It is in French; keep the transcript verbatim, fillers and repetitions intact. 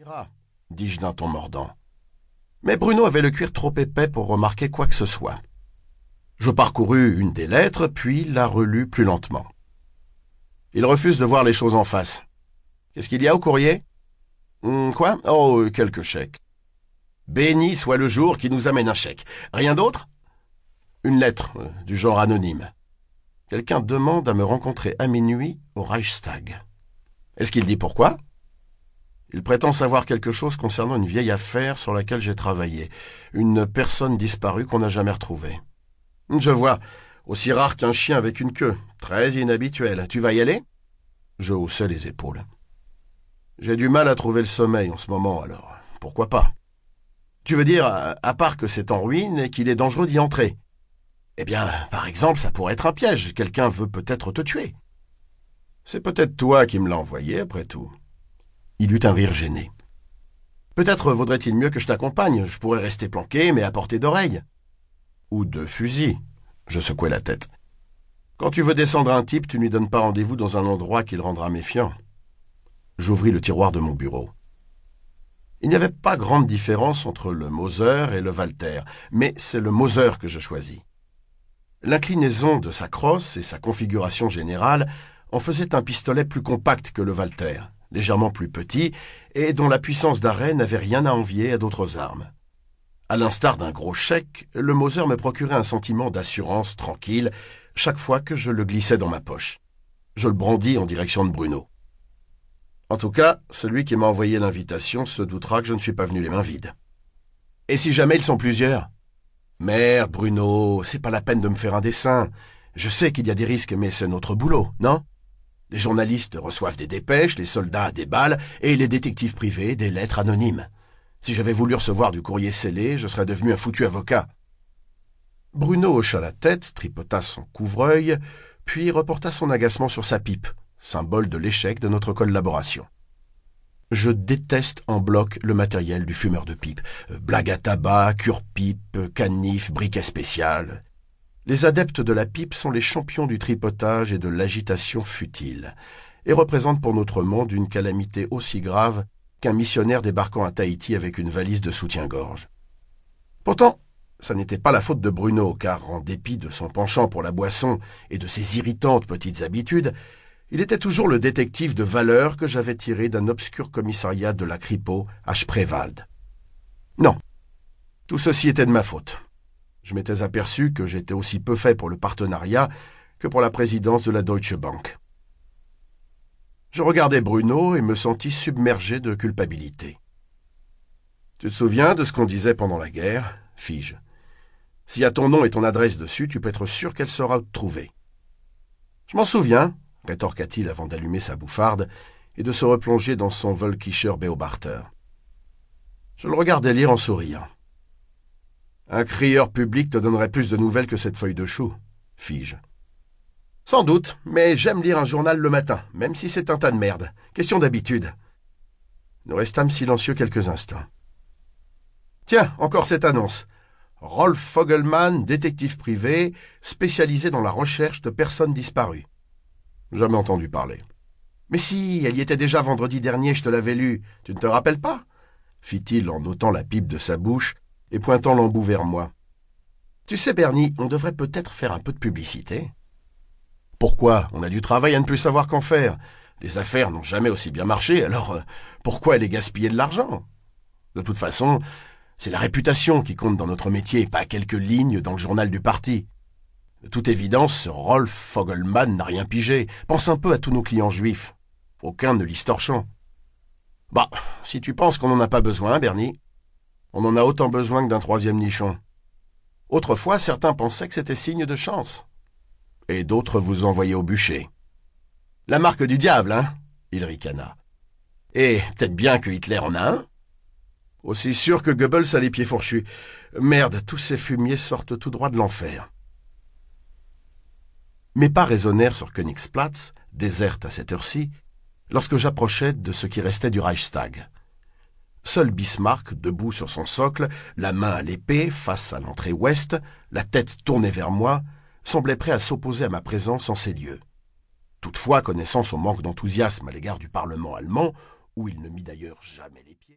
ira, dis-je d'un ton mordant. Mais Bruno avait le cuir trop épais pour remarquer quoi que ce soit. Je parcourus une des lettres, puis la relus plus lentement. Il refuse de voir les choses en face. Qu'est-ce qu'il y a au courrier? Hum, Quoi? Oh, quelques chèques. Béni soit le jour qui nous amène un chèque. Rien d'autre? Une lettre, euh, du genre anonyme. Quelqu'un demande à me rencontrer à minuit au Reichstag. Est-ce qu'il dit pourquoi? Il prétend savoir quelque chose concernant une vieille affaire sur laquelle j'ai travaillé. Une personne disparue qu'on n'a jamais retrouvée. Je vois. Aussi rare qu'un chien avec une queue. Très inhabituel. Tu vas y aller? Je haussai les épaules. J'ai du mal à trouver le sommeil en ce moment, alors pourquoi pas? Tu veux dire, à part que c'est en ruine et qu'il est dangereux d'y entrer? Eh bien, par exemple, ça pourrait être un piège. Quelqu'un veut peut-être te tuer. C'est peut-être toi qui me l'as envoyé, après tout. Il eut un rire gêné. Peut-être vaudrait-il mieux que je t'accompagne. Je pourrais rester planqué, mais à portée d'oreille. Ou de fusil. Je secouai la tête. Quand tu veux descendre un type, tu ne lui donnes pas rendez-vous dans un endroit qu'il rendra méfiant. J'ouvris le tiroir de mon bureau. Il n'y avait pas grande différence entre le Mauser et le Walther, mais c'est le Mauser que je choisis. L'inclinaison de sa crosse et sa configuration générale en faisaient un pistolet plus compact que le Walther, légèrement plus petit, et dont la puissance d'arrêt n'avait rien à envier à d'autres armes. À l'instar d'un gros chèque, le Mauser me procurait un sentiment d'assurance tranquille chaque fois que je le glissais dans ma poche. Je le brandis en direction de Bruno. En tout cas, celui qui m'a envoyé l'invitation se doutera que je ne suis pas venu les mains vides. Et si jamais ils sont plusieurs? Merde, Bruno, c'est pas la peine de me faire un dessin. Je sais qu'il y a des risques, mais c'est notre boulot, non? Les journalistes reçoivent des dépêches, les soldats des balles, et les détectives privés des lettres anonymes. Si j'avais voulu recevoir du courrier scellé, je serais devenu un foutu avocat. Bruno hocha la tête, tripota son couvre-œil, puis reporta son agacement sur sa pipe, symbole de l'échec de notre collaboration. Je déteste en bloc le matériel du fumeur de pipe. Blague à tabac, cure-pipe, canif, briquet spécial. Les adeptes de la pipe sont les champions du tripotage et de l'agitation futile, et représentent pour notre monde une calamité aussi grave qu'un missionnaire débarquant à Tahiti avec une valise de soutien-gorge. Pourtant, ça n'était pas la faute de Bruno, car en dépit de son penchant pour la boisson et de ses irritantes petites habitudes, il était toujours le détective de valeur que j'avais tiré d'un obscur commissariat de la Kripo à Spreewald. Non, tout ceci était de ma faute. Je m'étais aperçu que j'étais aussi peu fait pour le partenariat que pour la présidence de la Deutsche Bank. Je regardai Bruno et me sentis submergé de culpabilité. « Tu te souviens de ce qu'on disait pendant la guerre ?» fis-je. « S'il y a ton nom et ton adresse dessus, tu peux être sûr qu'elle sera trouvée. »« Je m'en souviens, » rétorqua-t-il avant d'allumer sa bouffarde et de se replonger dans son Völkischer Beobachter. Je le regardai lire en souriant. « Un crieur public te donnerait plus de nouvelles que cette feuille de chou, » fis-je. « Sans doute, mais j'aime lire un journal le matin, même si c'est un tas de merde. Question d'habitude. » Nous restâmes silencieux quelques instants. « Tiens, encore cette annonce. Rolf Fogelmann, détective privé, spécialisé dans la recherche de personnes disparues. » Jamais entendu parler. « Mais si, elle y était déjà vendredi dernier, je te l'avais lu. Tu ne te rappelles pas ?» fit-il en ôtant la pipe de sa bouche et pointant l'embout vers moi. « Tu sais, Bernie, on devrait peut-être faire un peu de publicité. »« Pourquoi? On a du travail à ne plus savoir qu'en faire. Les affaires n'ont jamais aussi bien marché, alors euh, pourquoi aller gaspiller de l'argent? De toute façon, c'est la réputation qui compte dans notre métier, pas quelques lignes dans le journal du parti. De toute évidence, ce Rolf Fogelmann n'a rien pigé. Pense un peu à tous nos clients juifs. Aucun ne lit Storchon. Bah, si tu penses qu'on n'en a pas besoin, Bernie, on en a autant besoin que d'un troisième nichon. Autrefois, certains pensaient que c'était signe de chance. Et d'autres vous envoyaient au bûcher. La marque du diable, hein? Il ricana. Et peut-être bien que Hitler en a un? Aussi sûr que Goebbels a les pieds fourchus. Merde, tous ces fumiers sortent tout droit de l'enfer. Mes pas résonnèrent sur Königsplatz, déserte à cette heure-ci, lorsque j'approchais de ce qui restait du Reichstag. Seul Bismarck, debout sur son socle, la main à l'épée, face à l'entrée ouest, la tête tournée vers moi, semblait prêt à s'opposer à ma présence en ces lieux. Toutefois, connaissant son manque d'enthousiasme à l'égard du Parlement allemand, où il ne mit d'ailleurs jamais les pieds...